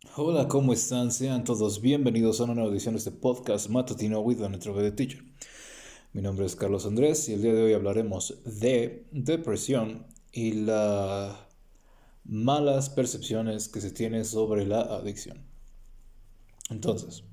Hola, ¿cómo están? Sean todos bienvenidos a una nueva edición de este podcast matutino with an Introverted Teacher. Mi nombre es Carlos Andrés y el día de hoy hablaremos de depresión y las malas percepciones que se tienen sobre la adicción. Entonces,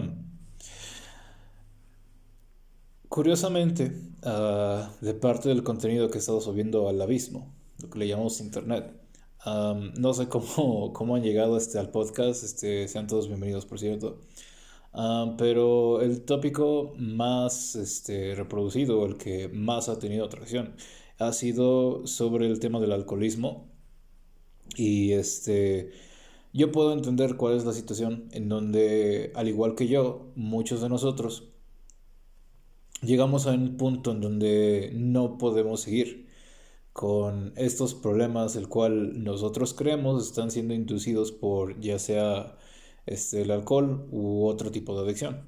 curiosamente, de parte del contenido que he estado subiendo al abismo, lo que le llamamos internet, no sé cómo han llegado al podcast, sean todos bienvenidos por cierto. Pero el tópico más reproducido, el que más ha tenido atracción, ha sido sobre el tema del alcoholismo. Y yo puedo entender cuál es la situación en donde, al igual que yo, muchos de nosotros llegamos a un punto en donde no podemos seguir con estos problemas, el cual nosotros creemos están siendo inducidos por ya sea el alcohol u otro tipo de adicción.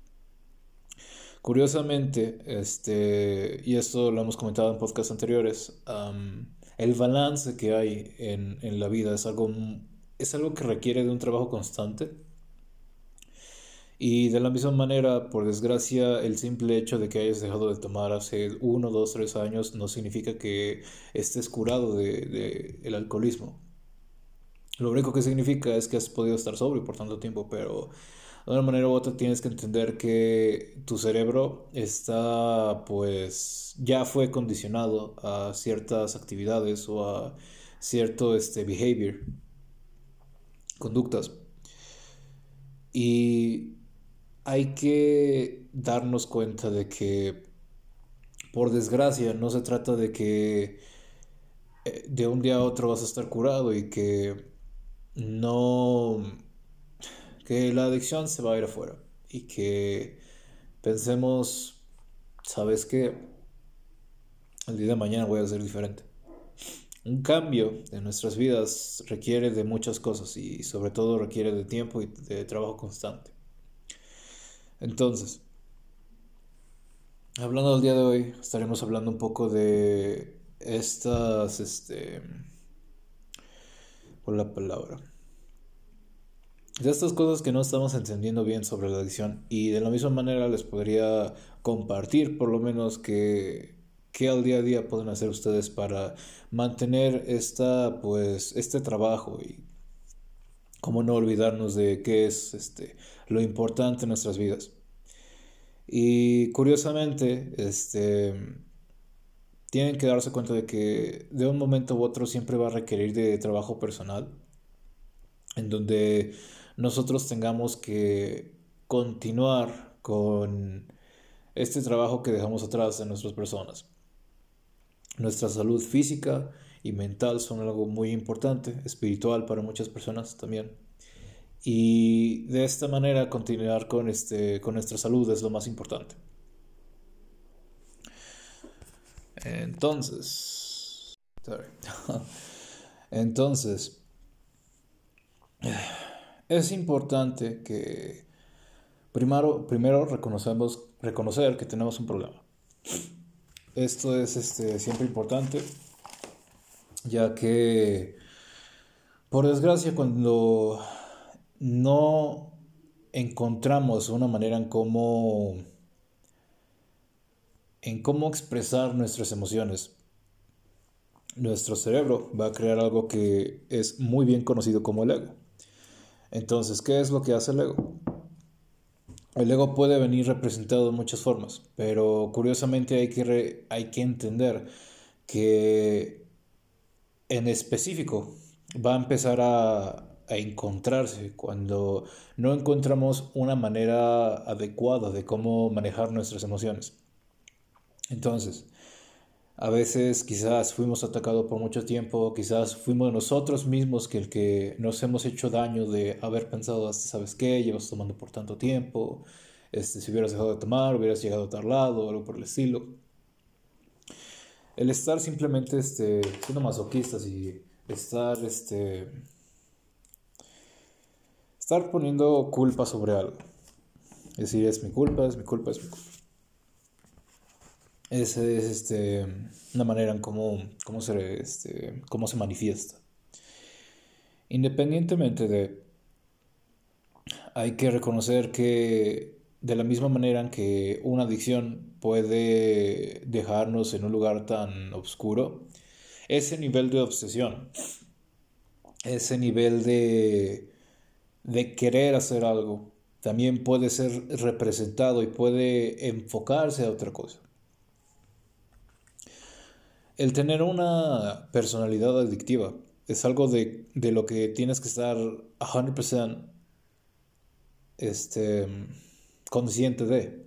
Curiosamente, y esto lo hemos comentado en podcasts anteriores, el balance que hay en la vida es algo que requiere de un trabajo constante. Y de la misma manera, por desgracia, el simple hecho de que hayas dejado de tomar hace 1, 2, 3 años no significa que estés curado de el alcoholismo. Lo único que significa es que has podido estar sobrio por tanto tiempo, pero de una manera u otra tienes que entender que tu cerebro está, pues, ya fue condicionado a ciertas actividades o a cierto behavior, conductas. Y hay que darnos cuenta de que, por desgracia, no se trata de que de un día a otro vas a estar curado y no, que la adicción se va a ir afuera y que pensemos, ¿sabes qué? El día de mañana voy a ser diferente. Un cambio en nuestras vidas requiere de muchas cosas y sobre todo requiere de tiempo y de trabajo constante. Entonces, hablando del día de hoy, estaremos hablando un poco de por la palabra, de estas cosas que no estamos entendiendo bien sobre la adicción y de la misma manera les podría compartir por lo menos que al día a día pueden hacer ustedes para mantener este trabajo y cómo no olvidarnos de qué es lo importante en nuestras vidas. Y curiosamente, tienen que darse cuenta de que de un momento u otro siempre va a requerir de trabajo personal, en donde nosotros tengamos que continuar con este trabajo que dejamos atrás de nuestras personas. Nuestra salud física y mental son algo muy importante, espiritual para muchas personas también. Y de esta manera continuar con nuestra salud es lo más importante. Entonces, sorry. Entonces, es importante que primero reconocer que tenemos un problema. Esto es siempre importante, ya que por desgracia cuando no encontramos una manera en cómo expresar nuestras emociones, nuestro cerebro va a crear algo que es muy bien conocido como el ego. Entonces, ¿qué es lo que hace el ego? El ego puede venir representado de muchas formas, pero curiosamente hay que entender que en específico va a empezar a encontrarse cuando no encontramos una manera adecuada de cómo manejar nuestras emociones. Entonces, a veces quizás fuimos atacados por mucho tiempo, quizás fuimos nosotros mismos el que nos hemos hecho daño de haber pensado, ¿sabes qué? Llevas tomando por tanto tiempo, si hubieras dejado de tomar, hubieras llegado a tal lado, o algo por el estilo. El estar simplemente siendo masoquistas y estar poniendo culpa sobre algo. Es decir, es mi culpa, es mi culpa, es mi culpa. Esa es una manera en cómo se manifiesta. Independientemente de Hay que reconocer que de la misma manera en que una adicción puede dejarnos en un lugar tan oscuro, ese nivel de obsesión, ese nivel de querer hacer algo, también puede ser representado y puede enfocarse a otra cosa. El tener una personalidad adictiva es algo de lo que tienes que estar 100% este, consciente de.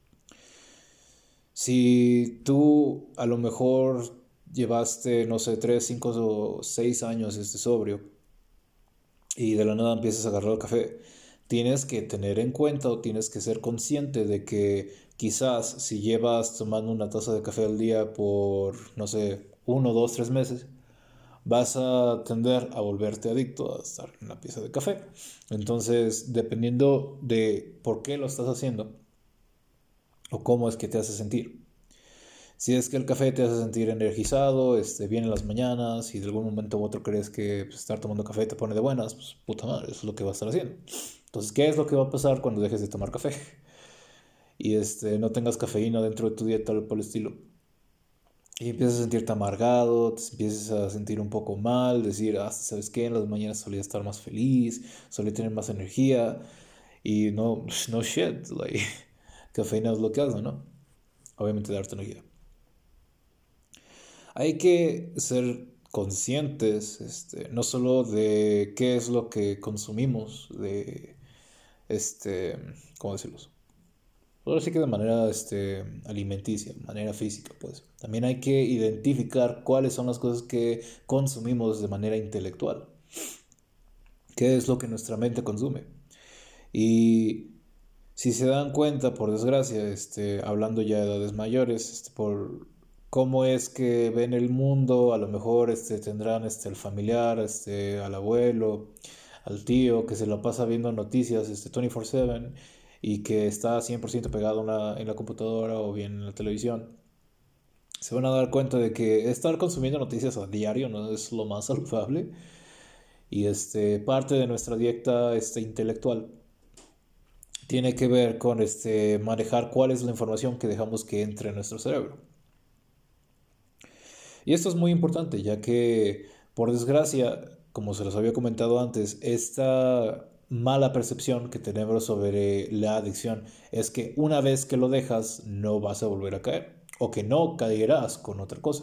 Si tú a lo mejor llevaste, no sé, 3 5 o 6 años sobrio y de la nada empiezas a agarrar el café, tienes que tener en cuenta o tienes que ser consciente de que quizás si llevas tomando una taza de café al día por, no sé, 1 2 3 meses, vas a tender a volverte adicto a estar en una pieza de café. Entonces, dependiendo de por qué lo estás haciendo o cómo es que te hace sentir. Si es que el café te hace sentir energizado, bien en las mañanas y de algún momento u otro crees que pues, estar tomando café te pone de buenas, pues puta madre, eso es lo que va a estar haciendo. Entonces, ¿qué es lo que va a pasar cuando dejes de tomar café? Y no tengas cafeína dentro de tu dieta o por el estilo. Y empiezas a sentirte amargado, te empiezas a sentir un poco mal, decir, ¿sabes qué? En las mañanas solía estar más feliz, solía tener más energía. Y no, no shit, like, cafeína es lo que hace, ¿no? Obviamente darte energía. Hay que ser conscientes, no solo de qué es lo que consumimos, de, ¿cómo decirlo? Ahora sí que de manera, alimenticia, manera física, pues. También hay que identificar cuáles son las cosas que consumimos de manera intelectual. ¿Qué es lo que nuestra mente consume? Y si se dan cuenta, por desgracia, hablando ya de edades mayores, por cómo es que ven el mundo, a lo mejor tendrán el familiar, al abuelo, al tío que se lo pasa viendo noticias 24/7 y que está 100% pegado en la computadora o bien en la televisión. Se van a dar cuenta de que estar consumiendo noticias a diario no es lo más saludable y parte de nuestra dieta intelectual tiene que ver con manejar cuál es la información que dejamos que entre en nuestro cerebro. Y esto es muy importante, ya que, por desgracia, como se los había comentado antes, esta mala percepción que tenemos sobre la adicción es que una vez que lo dejas no vas a volver a caer o que no caerás con otra cosa.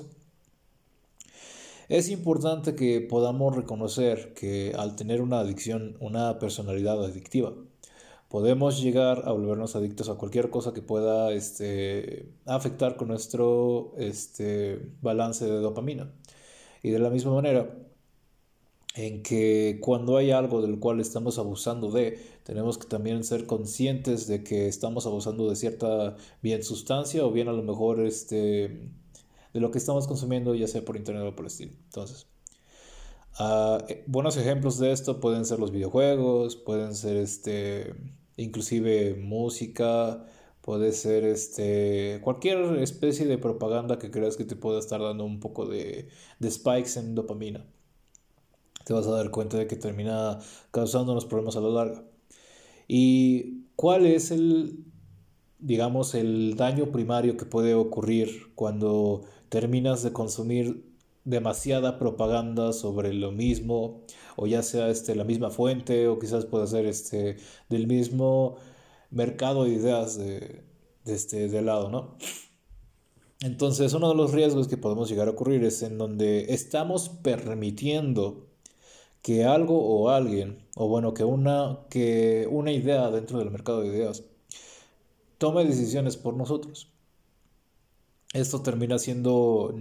Es importante que podamos reconocer que al tener una adicción, una personalidad adictiva, podemos llegar a volvernos adictos a cualquier cosa que pueda afectar con nuestro balance de dopamina. Y de la misma manera en que cuando hay algo del cual estamos abusando tenemos que también ser conscientes de que estamos abusando de cierta bien sustancia o bien a lo mejor de lo que estamos consumiendo, ya sea por internet o por el estilo. Entonces, buenos ejemplos de esto pueden ser los videojuegos, pueden ser inclusive música, puede ser cualquier especie de propaganda que creas que te pueda estar dando un poco de spikes en dopamina. Te vas a dar cuenta de que termina causándonos problemas a lo largo. ¿Y cuál es digamos, el daño primario que puede ocurrir cuando terminas de consumir demasiada propaganda sobre lo mismo, o ya sea la misma fuente, o quizás pueda ser del mismo mercado de ideas de lado, ¿no? Entonces, uno de los riesgos que podemos llegar a ocurrir es en donde estamos permitiendo que algo o alguien, o bueno, que una idea dentro del mercado de ideas tome decisiones por nosotros. Esto termina siendo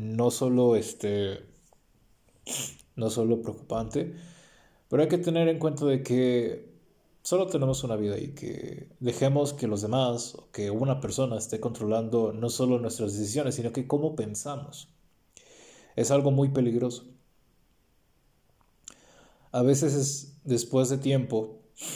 no solo preocupante, pero hay que tener en cuenta de que solo tenemos una vida y que dejemos que los demás o que una persona esté controlando no solo nuestras decisiones, sino que cómo pensamos. Es algo muy peligroso. A veces después de tiempo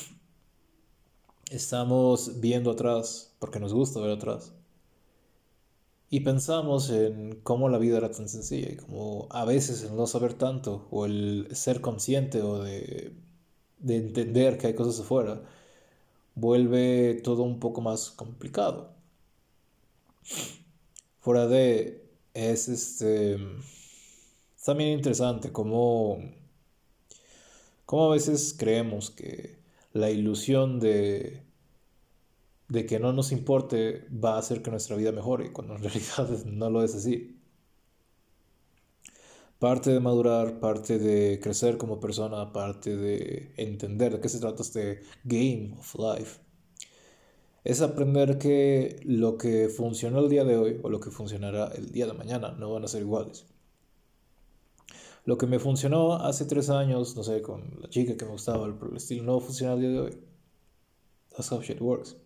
estamos viendo atrás, porque nos gusta ver atrás, y pensamos en cómo la vida era tan sencilla y como a veces el no saber tanto o el ser consciente o de entender que hay cosas afuera vuelve todo un poco más complicado. Fuera de, es también interesante cómo a veces creemos que la ilusión de que no nos importe va a hacer que nuestra vida mejore, cuando en realidad no lo es así. Parte de madurar, parte de crecer como persona, parte de entender de qué se trata este game of life, es aprender que lo que funcionó el día de hoy o lo que funcionará el día de mañana no van a ser iguales. Lo que me funcionó hace 3 años, no sé, con la chica que me gustaba, por el estilo, no funciona el día de hoy. That's how shit works.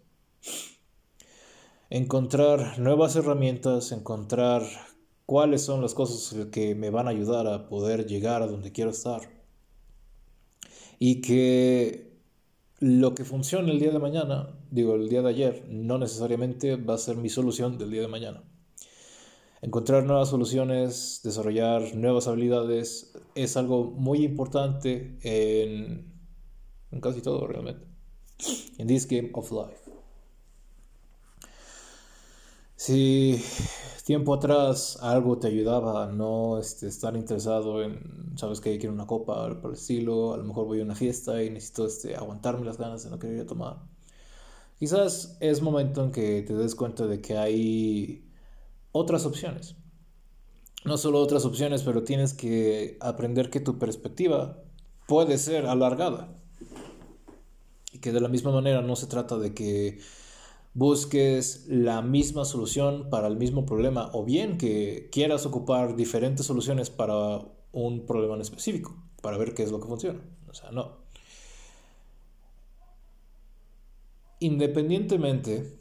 Encontrar nuevas herramientas, encontrar cuáles son las cosas que me van a ayudar a poder llegar a donde quiero estar. Y que lo que funcione el día de mañana, digo el día de ayer, no necesariamente va a ser mi solución del día de mañana. Encontrar nuevas soluciones, desarrollar nuevas habilidades es algo muy importante en casi todo realmente. In this game of life. Si tiempo atrás algo te ayudaba a no estar interesado en, sabes que quiero una copa, algo por el estilo, a lo mejor voy a una fiesta y necesito aguantarme las ganas de no querer ir a tomar. Quizás es momento en que te des cuenta de que hay otras opciones. No solo otras opciones, pero tienes que aprender que tu perspectiva puede ser alargada. Y que de la misma manera no se trata de que busques la misma solución para el mismo problema o bien que quieras ocupar diferentes soluciones para un problema en específico, para ver qué es lo que funciona. O sea, no. Independientemente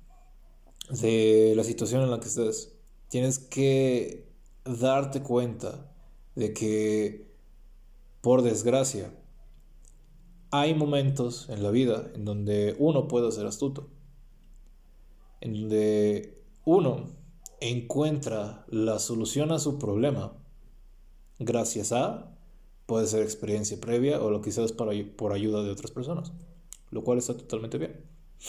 de la situación en la que estés, tienes que darte cuenta de que, por desgracia, hay momentos en la vida en donde uno puede ser astuto, en donde uno encuentra la solución a su problema gracias a, puede ser experiencia previa o lo quizás por ayuda de otras personas, lo cual está totalmente bien.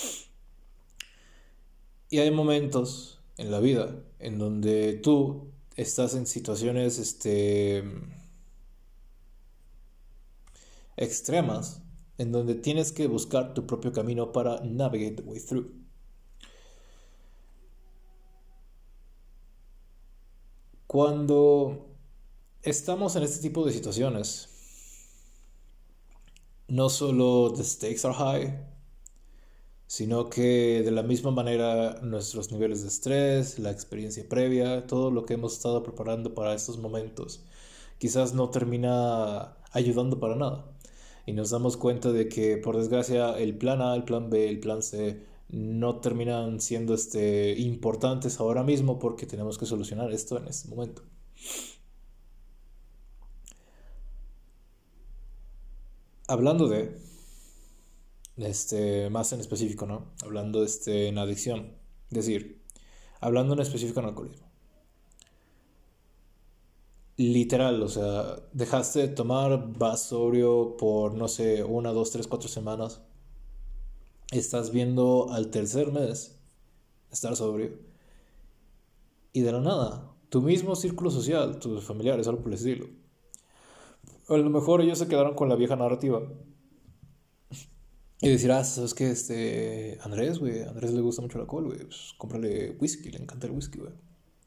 Y hay momentos en la vida en donde tú estás en situaciones extremas, en donde tienes que buscar tu propio camino para navigate the way through. Cuando estamos en este tipo de situaciones, no solo the stakes are high, sino que de la misma manera nuestros niveles de estrés, la experiencia previa, todo lo que hemos estado preparando para estos momentos, quizás no termina ayudando para nada. Y nos damos cuenta de que, por desgracia, el plan A, el plan B, el plan C no terminan siendo importantes ahora mismo porque tenemos que solucionar esto en este momento. Hablando de más en específico, ¿no? Hablando en adicción, es decir, hablando en específico en alcoholismo. Literal, o sea, dejaste de tomar, vas sobrio por, no sé, 1, 2, 3, 4 semanas. Estás viendo al tercer mes estar sobrio. Y de la nada, tu mismo círculo social, tus familiares, algo por el estilo. A lo mejor ellos se quedaron con la vieja narrativa. Y decir, ¿sabes qué? Andrés, güey, a Andrés le gusta mucho el alcohol, güey. Pues cómprale whisky, le encanta el whisky, güey.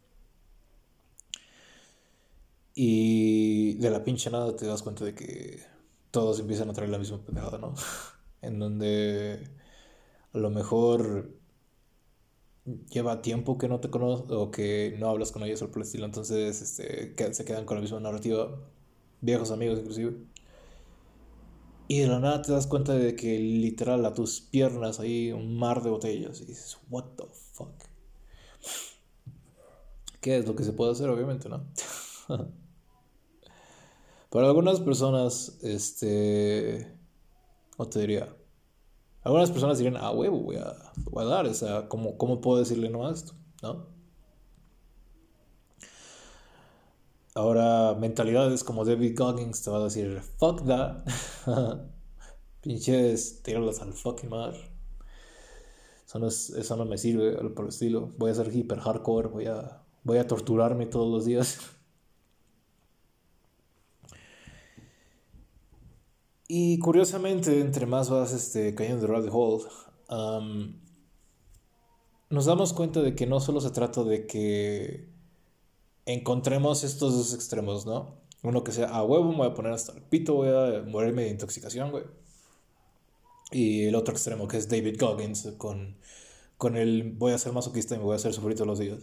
Y de la pinche nada te das cuenta de que todos empiezan a traer la misma pendejada, ¿no? En donde a lo mejor lleva tiempo que no te conoces o que no hablas con ellos o por el estilo, entonces se quedan con la misma narrativa, viejos amigos inclusive. Y de la nada te das cuenta de que literal a tus piernas hay un mar de botellas y dices, what the fuck. ¿Qué es lo que se puede hacer? Obviamente, ¿no? Para algunas personas, ¿cómo te diría? Algunas personas dirían, huevo, voy a dar, o sea, ¿cómo puedo decirle no a esto? ¿No? Ahora, mentalidades como David Goggins te va a decir, fuck that. Pinches, tíralas al fucking mar. Eso no me sirve, algo por el estilo. Voy a ser hiper hardcore, voy a torturarme todos los días. Y curiosamente, entre más vas cayendo de rabbit hole, nos damos cuenta de que no solo se trata de que encontremos estos dos extremos, ¿no? Uno que sea a huevo, me voy a poner hasta el pito, voy a morirme de intoxicación, güey. Y el otro extremo que es David Goggins con el voy a ser masoquista y me voy a hacer sufrir todos los días.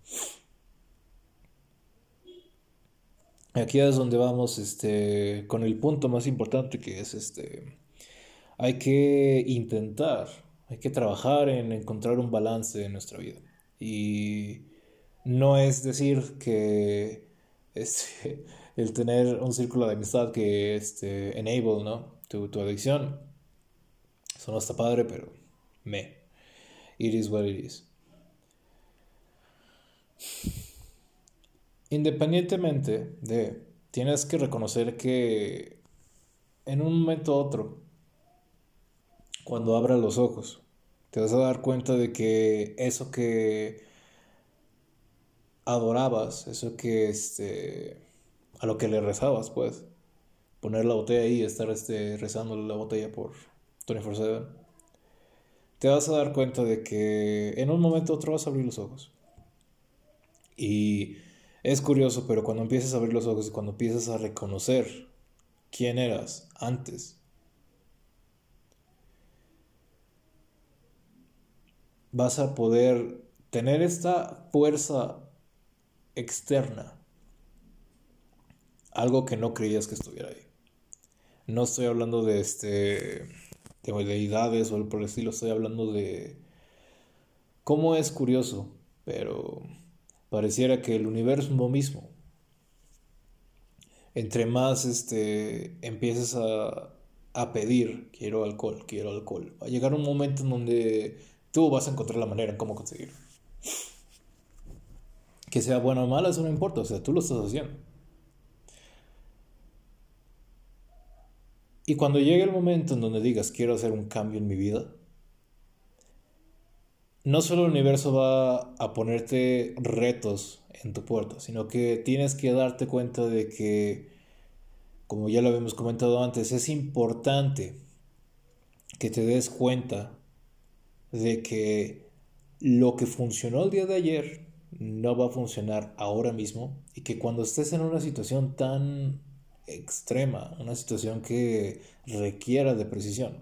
Aquí es donde vamos con el punto más importante que es hay que intentar, hay que trabajar en encontrar un balance en nuestra vida. Y no es decir que el tener un círculo de amistad que enable, ¿no? Tu adicción. Eso no está padre, pero it is what it is. Independientemente de, tienes que reconocer que en un momento u otro, cuando abras los ojos, te vas a dar cuenta de que eso que adorabas, eso que a lo que le rezabas, pues, poner la botella ahí y estar rezándole la botella por 24/7, te vas a dar cuenta de que en un momento u otro vas a abrir los ojos. Y es curioso, pero cuando empiezas a abrir los ojos y cuando empiezas a reconocer quién eras antes, vas a poder tener esta fuerza externa, algo que no creías que estuviera ahí. No estoy hablando de deidades o algo por el estilo, estoy hablando de cómo es curioso, pero pareciera que el universo mismo, entre más empieces a pedir, quiero alcohol, va a llegar un momento en donde tú vas a encontrar la manera en cómo conseguirlo. Que sea bueno o malo, eso no importa, o sea, tú lo estás haciendo. Y cuando llegue el momento en donde digas, quiero hacer un cambio en mi vida, no solo el universo va a ponerte retos en tu puerta, sino que tienes que darte cuenta de que, como ya lo habíamos comentado antes, es importante que te des cuenta de que lo que funcionó el día de ayer no va a funcionar ahora mismo y que cuando estés en una situación tan extrema, una situación que requiera de precisión,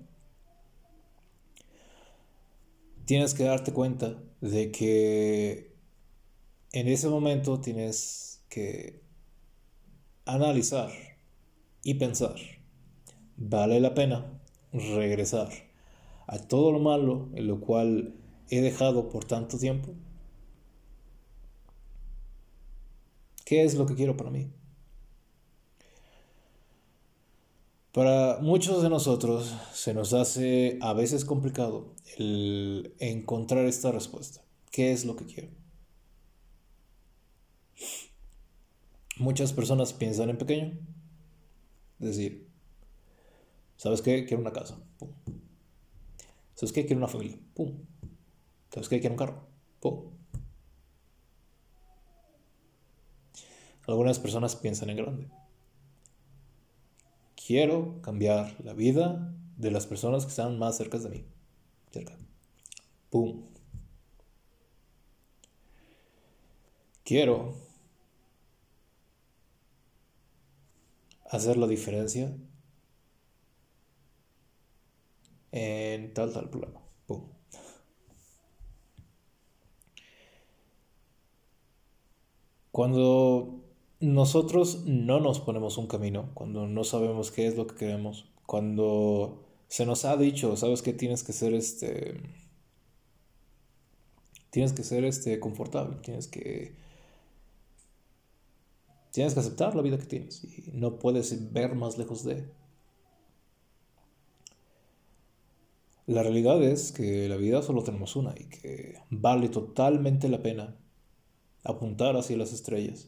tienes que darte cuenta de que en ese momento tienes que analizar y pensar, ¿vale la pena regresar a todo lo malo en lo cual he dejado por tanto tiempo? ¿Qué es lo que quiero para mí? Para muchos de nosotros se nos hace a veces complicado el encontrar esta respuesta. ¿Qué es lo que quiero? Muchas personas piensan en pequeño. Es decir, ¿sabes qué? Quiero una casa. Pum. ¿Sabes qué? Quiero una familia. Pum. ¿Sabes qué? Quiero un carro. Pum. Algunas personas piensan en grande. Quiero cambiar la vida de las personas que están más cerca de mí. Cerca. Pum. Quiero hacer la diferencia en tal problema. Pum. Cuando nosotros no nos ponemos un camino, cuando no sabemos qué es lo que queremos, cuando se nos ha dicho, sabes que tienes que ser confortable, tienes que aceptar la vida que tienes y no puedes ver más lejos de. La realidad es que la vida solo tenemos una y que vale totalmente la pena apuntar hacia las estrellas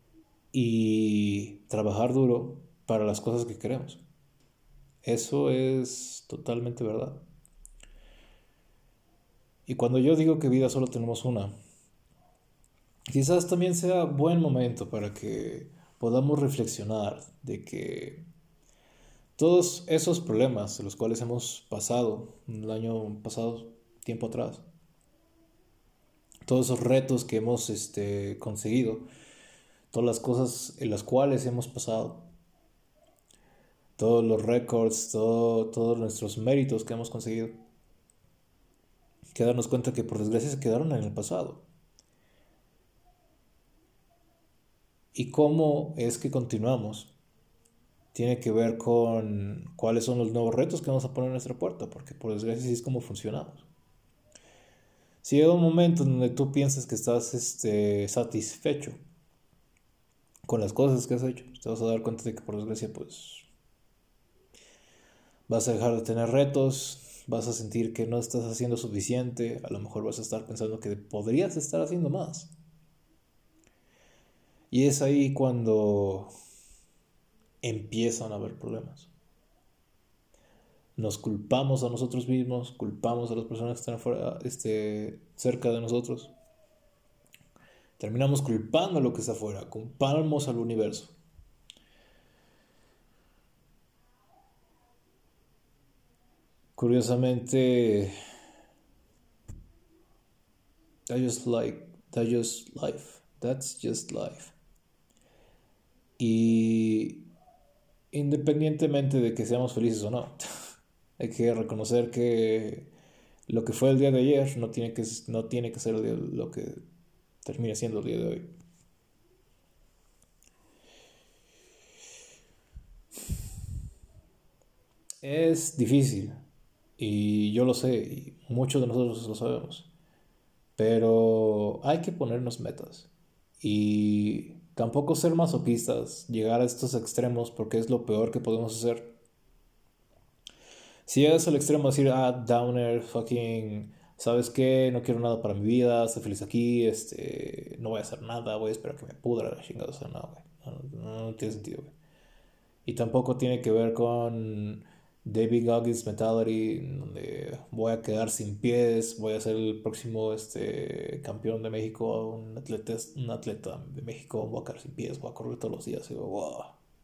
y trabajar duro para las cosas que queremos. Eso es totalmente verdad. Y cuando yo digo que vida solo tenemos una, quizás también sea buen momento para que podamos reflexionar de que todos esos problemas de los cuales hemos pasado el año pasado, tiempo atrás, todos esos retos que hemos conseguido, todas las cosas en las cuales hemos pasado, todos los récords, todos nuestros méritos que hemos conseguido, que darnos cuenta que por desgracia se quedaron en el pasado. Y cómo es que continuamos tiene que ver con cuáles son los nuevos retos que vamos a poner en nuestra puerta, porque por desgracia así es como funcionamos. Si llega un momento en donde tú piensas que estás satisfecho con las cosas que has hecho, te vas a dar cuenta de que por desgracia pues vas a dejar de tener retos, vas a sentir que no estás haciendo suficiente, a lo mejor vas a estar pensando que podrías estar haciendo más. Y es ahí cuando empiezan a haber problemas. Nos culpamos a nosotros mismos, culpamos a las personas que están afuera, cerca de nosotros. Terminamos culpando a lo que está afuera, culpamos al universo. Curiosamente, that's just life. That's just life. Y independientemente de que seamos felices o no, hay que reconocer que lo que fue el día de ayer no tiene que ser lo que termine siendo el día de hoy. Es difícil y yo lo sé y muchos de nosotros lo sabemos, pero hay que ponernos metas y tampoco ser masoquistas, llegar a estos extremos porque es lo peor que podemos hacer. Si llegas al extremo de decir, downer, fucking, ¿sabes qué? No quiero nada para mi vida, estoy feliz aquí, no voy a hacer nada, voy a esperar que me pudra la chingada, o sea, no, güey, no tiene sentido, güey. Y tampoco tiene que ver con David Goggins mentality, donde voy a quedar sin pies, voy a ser el próximo campeón de México, un atleta de México, voy a quedar sin pies, voy a correr todos los días, y wow.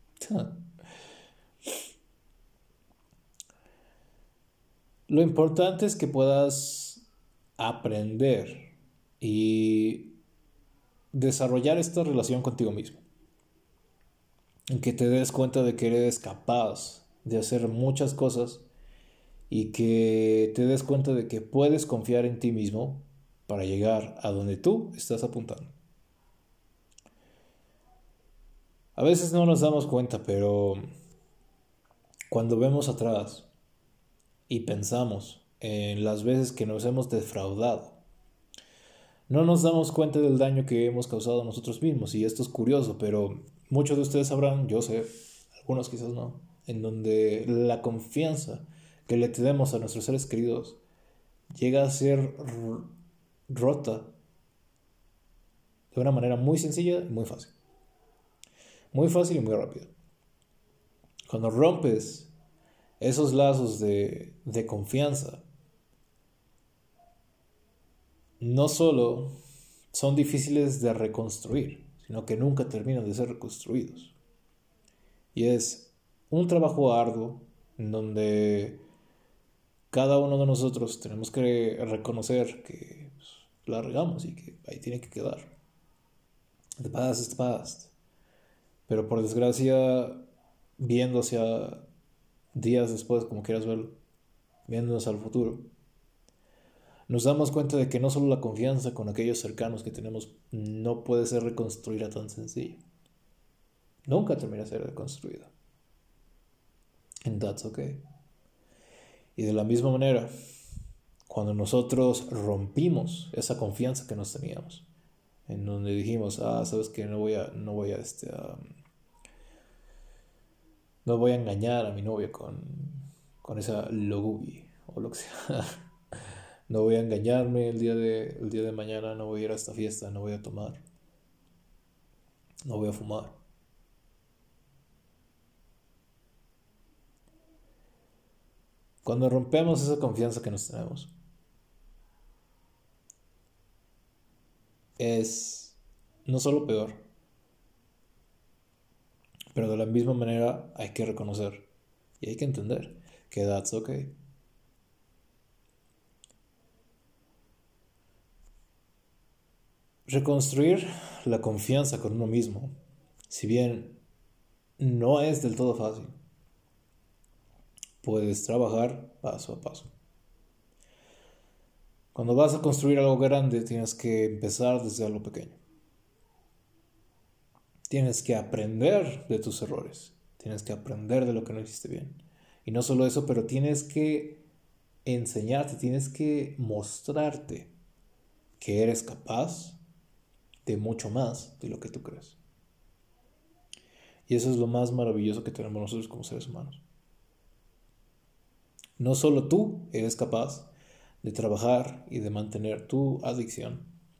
Lo importante es que puedas aprender y desarrollar esta relación contigo mismo. En que te des cuenta de que eres capaz de hacer muchas cosas y que te des cuenta de que puedes confiar en ti mismo para llegar a donde tú estás apuntando. A veces no nos damos cuenta, pero cuando vemos atrás y pensamos en las veces que nos hemos defraudado, no nos damos cuenta del daño que hemos causado a nosotros mismos. Y esto es curioso, pero muchos de ustedes sabrán, yo sé, algunos quizás no, en donde la confianza que le tenemos a nuestros seres queridos llega a ser rota de una manera muy sencilla y muy fácil. Muy fácil y muy rápido. Cuando rompes esos lazos de confianza, no solo son difíciles de reconstruir, sino que nunca terminan de ser reconstruidos. Y es un trabajo arduo en donde cada uno de nosotros tenemos que reconocer que pues, la regamos y que ahí tiene que quedar. The past is the past. Pero por desgracia, viendo hacia días después, como quieras verlo, viéndonos al futuro, nos damos cuenta de que no solo la confianza con aquellos cercanos que tenemos no puede ser reconstruida tan sencillo. Nunca termina de ser reconstruida. And that's okay. Y de la misma manera, cuando nosotros rompimos esa confianza que nos teníamos, en donde dijimos, sabes que no voy a engañar a mi novia con esa logubi o lo que sea. No voy a engañarme el día de mañana, no voy a ir a esta fiesta, no voy a tomar, no voy a fumar. Cuando rompemos esa confianza que nos tenemos, es no solo peor, pero de la misma manera hay que reconocer y hay que entender que that's okay. Reconstruir la confianza con uno mismo, si bien no es del todo fácil, puedes trabajar paso a paso. Cuando vas a construir algo grande, tienes que empezar desde algo pequeño. Tienes que aprender de tus errores. Tienes que aprender de lo que no hiciste bien. Y no solo eso, pero tienes que enseñarte, tienes que mostrarte que eres capaz de mucho más de lo que tú crees. Y eso es lo más maravilloso que tenemos nosotros como seres humanos. No solo tú eres capaz de trabajar y de mantener tu adicción,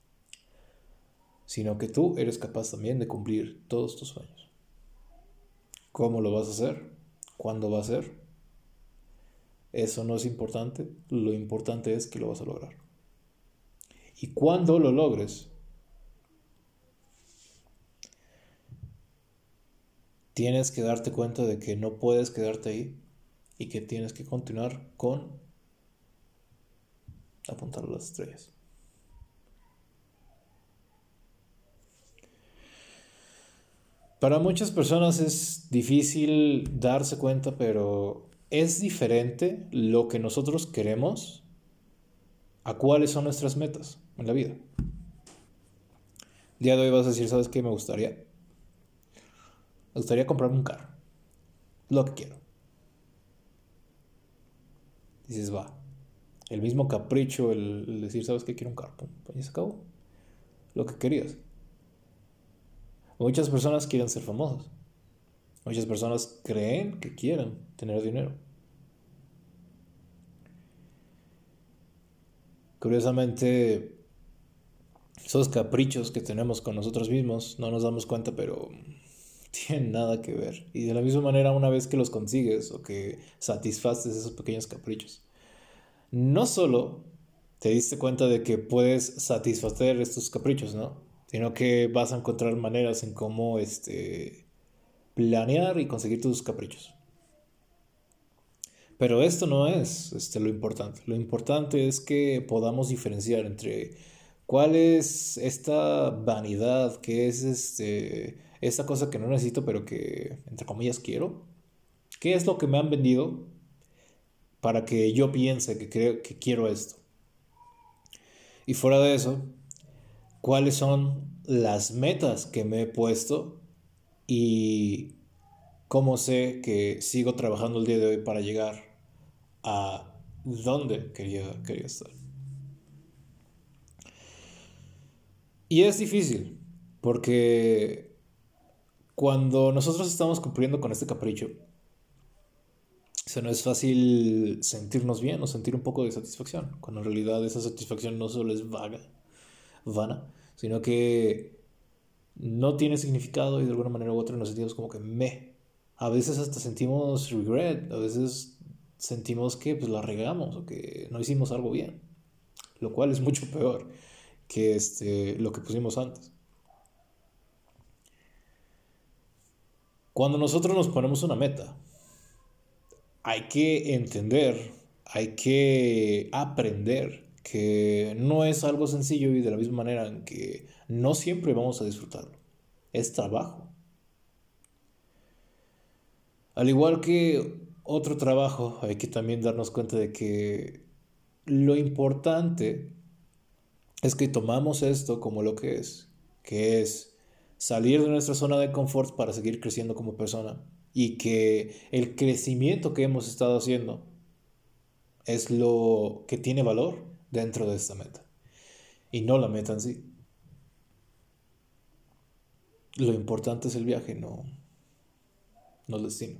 sino que tú eres capaz también de cumplir todos tus sueños. ¿Cómo lo vas a hacer? ¿Cuándo va a ser? Eso no es importante, lo importante es que lo vas a lograr. Y cuando lo logres, tienes que darte cuenta de que no puedes quedarte ahí y que tienes que continuar con apuntar a las estrellas. Para muchas personas es difícil darse cuenta, pero es diferente lo que nosotros queremos a cuáles son nuestras metas en la vida. El día de hoy vas a decir, ¿sabes qué me gustaría? Me gustaría comprarme un carro. Lo que quiero. Dices, va. El mismo capricho, el decir, ¿sabes qué? Quiero un carro. Pum, pues ya se acabó. Lo que querías. Muchas personas quieren ser famosas. Muchas personas creen que quieren tener dinero. Curiosamente, esos caprichos que tenemos con nosotros mismos no nos damos cuenta, pero tienen nada que ver. Y de la misma manera, una vez que los consigues o que satisfaces esos pequeños caprichos, no solo te diste cuenta de que puedes satisfacer estos caprichos, ¿no? Sino que vas a encontrar maneras en cómo planear y conseguir tus caprichos. Pero esto no es lo importante. Lo importante es que podamos diferenciar entre cuál es esta vanidad, qué es esta cosa que no necesito, pero que entre comillas quiero. ¿Qué es lo que me han vendido para que yo piense que creo que quiero esto? Y fuera de eso, ¿cuáles son las metas que me he puesto y cómo sé que sigo trabajando el día de hoy para llegar a donde quería estar? Y es difícil, porque cuando nosotros estamos cumpliendo con este capricho, se nos es fácil sentirnos bien o sentir un poco de satisfacción, cuando en realidad esa satisfacción no solo es vana, sino que no tiene significado y de alguna manera u otra nos sentimos como que me. A veces hasta sentimos regret, a veces sentimos que pues la regamos o que no hicimos algo bien, lo cual es mucho peor que lo que pusimos antes. Cuando nosotros nos ponemos una meta, hay que entender, hay que aprender que no es algo sencillo y de la misma manera en que no siempre vamos a disfrutarlo. Es trabajo. Al igual que otro trabajo, hay que también darnos cuenta de que lo importante es que tomamos esto como lo que es salir de nuestra zona de confort para seguir creciendo como persona y que el crecimiento que hemos estado haciendo es lo que tiene valor dentro de esta meta y no la meta en sí. Lo importante es el viaje, no el destino.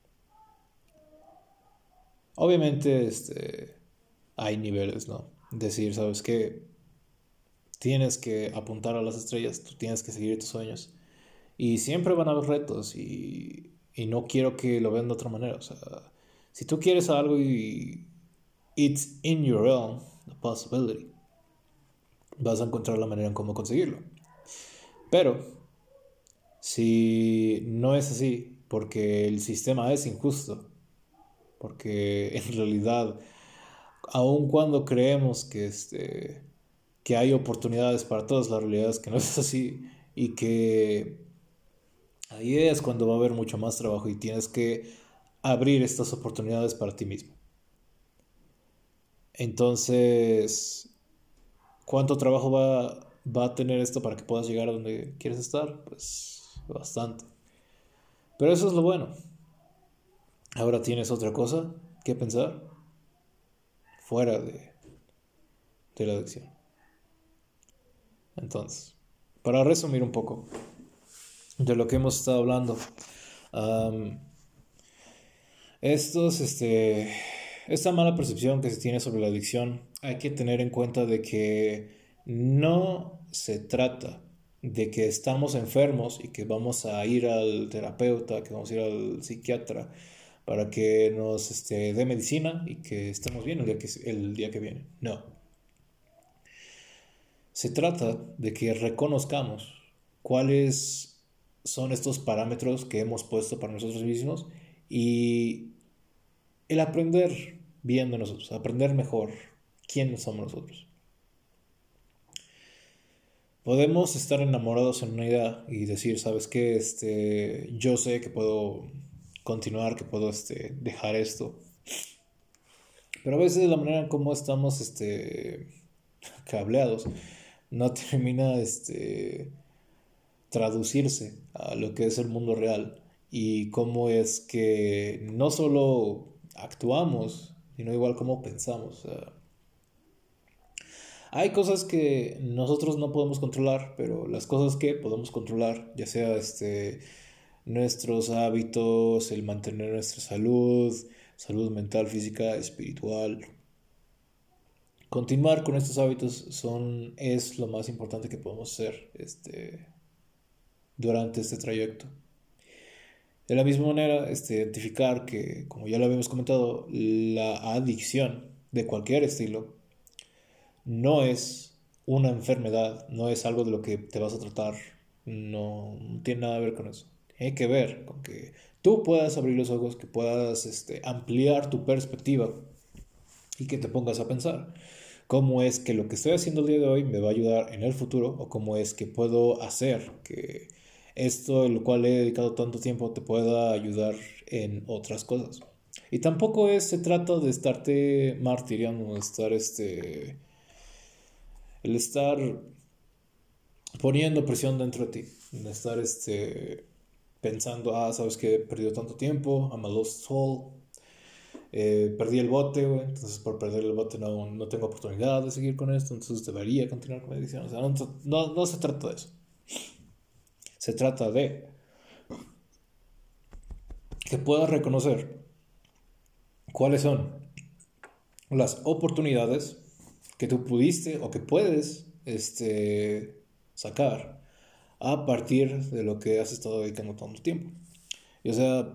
Obviamente, hay niveles, ¿no? Decir, ¿sabes qué? Tienes que apuntar a las estrellas, tú tienes que seguir tus sueños. Y siempre van a haber retos y no quiero que lo vean de otra manera. O sea, si tú quieres algo y it's in your realm, the possibility, vas a encontrar la manera en cómo conseguirlo. Pero si no es así, porque el sistema es injusto, porque en realidad, aun cuando creemos que hay oportunidades para todos, la realidad es que no es así y que ahí es cuando va a haber mucho más trabajo y tienes que abrir estas oportunidades para ti mismo. Entonces, ¿cuánto trabajo va a tener esto para que puedas llegar a donde quieres estar? Pues bastante. Pero eso es lo bueno. Ahora tienes otra cosa que pensar fuera de la adicción. Entonces, para resumir un poco de lo que hemos estado hablando, am, estos, esta mala percepción que se tiene sobre la adicción, hay que tener en cuenta de que no se trata de que estamos enfermos y que vamos a ir al terapeuta, que vamos a ir al psiquiatra para que nos dé medicina y que estemos bien el día que viene. No. Se trata de que reconozcamos cuáles son estos parámetros que hemos puesto para nosotros mismos y el aprender bien de nosotros, aprender mejor quiénes somos nosotros. Podemos estar enamorados en una idea y decir, ¿sabes qué? Yo sé que puedo continuar, que puedo dejar esto. Pero a veces la manera en cómo estamos cableados no termina traducirse a lo que es el mundo real y cómo es que no solo actuamos, sino igual cómo pensamos. O sea, hay cosas que nosotros no podemos controlar, pero las cosas que podemos controlar, ya sea nuestros hábitos, el mantener nuestra salud, salud mental, física, espiritual. Continuar con estos hábitos es lo más importante que podemos hacer durante este trayecto. De la misma manera, identificar que, como ya lo habíamos comentado, la adicción de cualquier estilo no es una enfermedad, no es algo de lo que te vas a tratar, no tiene nada que ver con eso. Tiene que ver con que tú puedas abrir los ojos, que puedas ampliar tu perspectiva y que te pongas a pensar cómo es que lo que estoy haciendo el día de hoy me va a ayudar en el futuro o cómo es que puedo hacer que esto en lo cual he dedicado tanto tiempo te pueda ayudar en otras cosas. Y tampoco se trata de estarte martiriando, de estar el estar poniendo presión dentro de ti, de estar pensando, sabes que he perdido tanto tiempo, I'm a lost soul, perdí el bote, güey, entonces por perder el bote no tengo oportunidad de seguir con esto, entonces debería continuar con la edición. O sea, no se trata de eso. Se trata de que puedas reconocer cuáles son las oportunidades que tú pudiste o que puedes sacar a partir de lo que has estado dedicando tanto tiempo. Y o sea,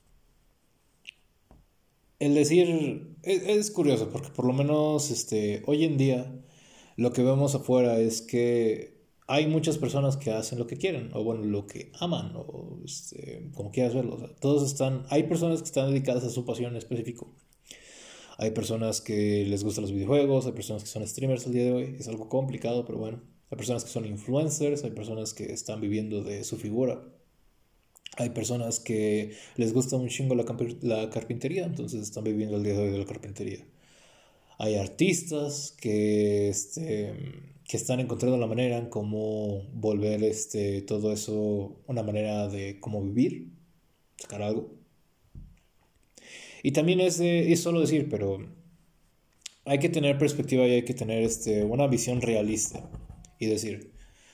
el decir es curioso porque por lo menos hoy en día lo que vemos afuera es que hay muchas personas que hacen lo que quieren o bueno, lo que aman o como quieras verlo. O sea, hay personas que están dedicadas a su pasión en específico. Hay personas que les gustan los videojuegos, hay personas que son streamers el día de hoy, es algo complicado, pero bueno. Hay personas que son influencers, hay personas que están viviendo de su figura. Hay personas que les gusta un chingo la carpintería, entonces están viviendo el día de hoy de la carpintería. Hay artistas que están encontrando la manera en cómo volver todo eso una manera de cómo vivir, sacar algo. Y también es solo decir, pero hay que tener perspectiva y hay que tener una visión realista y decir,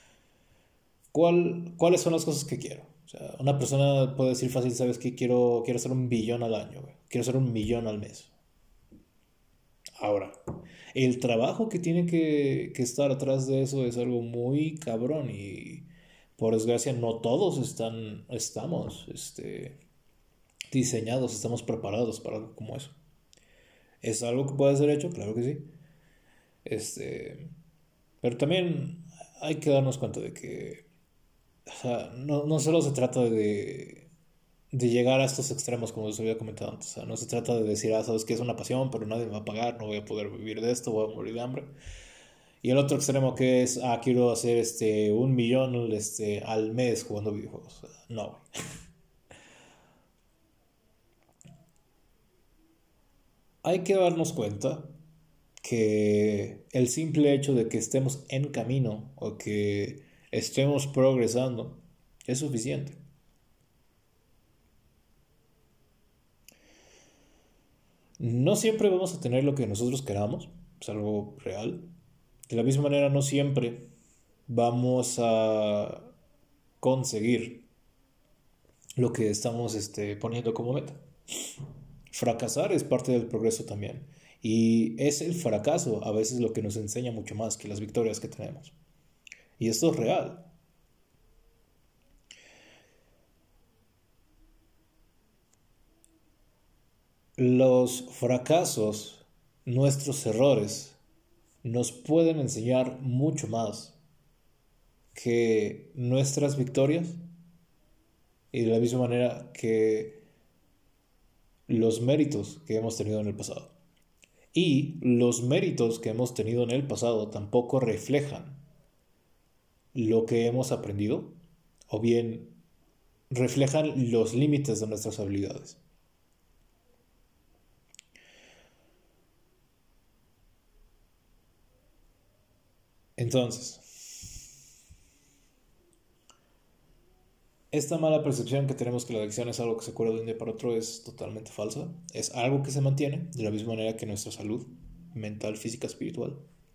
¿cuáles son las cosas que quiero? O sea, una persona puede decir fácil, ¿sabes qué? Quiero hacer 1 billón al año, güey. Quiero hacer 1 millón al mes. Ahora, el trabajo que tiene que estar atrás de eso es algo muy cabrón y por desgracia no todos estamos diseñados, estamos preparados para algo como eso. ¿Es algo que puede ser hecho? Claro que sí. Este, Pero también hay que darnos cuenta de que, o sea, no solo se trata de llegar a estos extremos, como les había comentado antes. O sea, no se trata de decir, sabes que es una pasión, pero nadie me va a pagar, no voy a poder vivir de esto, voy a morir de hambre. Y el otro extremo que es, quiero hacer 1 millón al mes jugando videojuegos. No, güey. Hay que darnos cuenta que el simple hecho de que estemos en camino o que estemos progresando es suficiente. No siempre vamos a tener lo que nosotros queramos, es algo real. De la misma manera, no siempre vamos a conseguir lo que estamos poniendo como meta. Fracasar es parte del progreso también. Y es el fracaso a veces lo que nos enseña mucho más que las victorias que tenemos. Y esto es real. Los fracasos, nuestros errores, nos pueden enseñar mucho más que nuestras victorias y de la misma manera que los méritos que hemos tenido en el pasado. Y los méritos que hemos tenido en el pasado tampoco reflejan lo que hemos aprendido o bien reflejan los límites de nuestras habilidades. Entonces, esta mala percepción que tenemos que la adicción es algo que se cura de un día para otro es totalmente falsa. Es algo que se mantiene de la misma manera que nuestra salud mental, física, espiritual.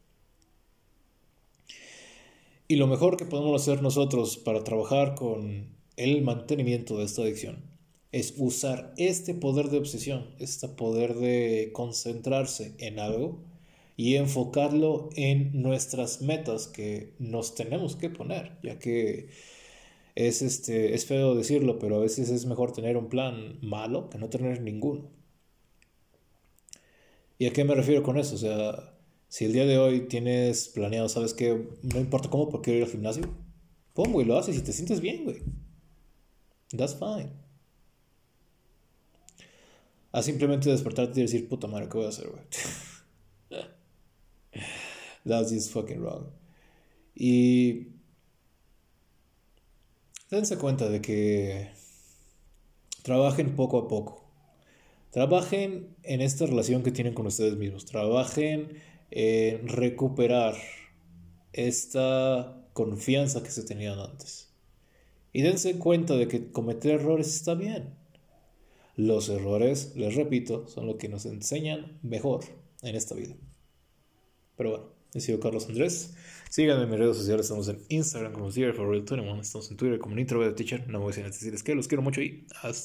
Y lo mejor que podemos hacer nosotros para trabajar con el mantenimiento de esta adicción es usar este poder de obsesión, este poder de concentrarse en algo y enfocarlo en nuestras metas que nos tenemos que poner, ya que es feo decirlo, pero a veces es mejor tener un plan malo que no tener ninguno. ¿Y a qué me refiero con eso? O sea, si el día de hoy tienes planeado, ¿sabes qué? No importa cómo, porque quiero ir al gimnasio. Pum, güey, lo haces y te sientes bien, güey. That's fine. A simplemente despertarte y decir, puta madre, ¿qué voy a hacer, güey? That's just fucking wrong. Y dense cuenta de que trabajen poco a poco. Trabajen en esta relación que tienen con ustedes mismos. Trabajen en recuperar esta confianza que se tenían antes. Y dense cuenta de que cometer errores está bien. Los errores, les repito, son lo que nos enseñan mejor en esta vida. Pero bueno, he sido Carlos Andrés. Síganme en mis redes sociales. Estamos en Instagram como Zero for Real 21. Estamos en Twitter como Nitro Teacher. No me voy a decirles que los quiero mucho y hasta